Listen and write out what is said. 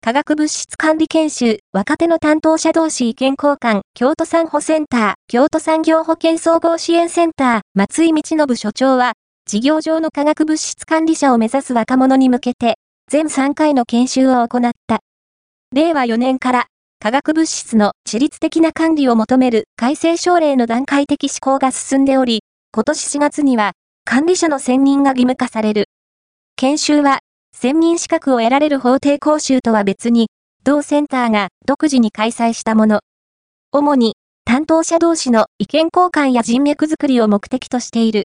化学物質管理研修、若手の担当者同士意見交換、京都産保センター、京都産業保険総合支援センター、松井道信所長は、事業上の化学物質管理者を目指す若者に向けて、全3回の研修を行った。令和4年から、化学物質の自律的な管理を求める改正省令の段階的施行が進んでおり、今年4月には、管理者の選任が義務化される。研修は、専任資格を得られる法定講習とは別に、同センターが独自に開催したもの。主に、担当者同士の意見交換や人脈づくりを目的としている。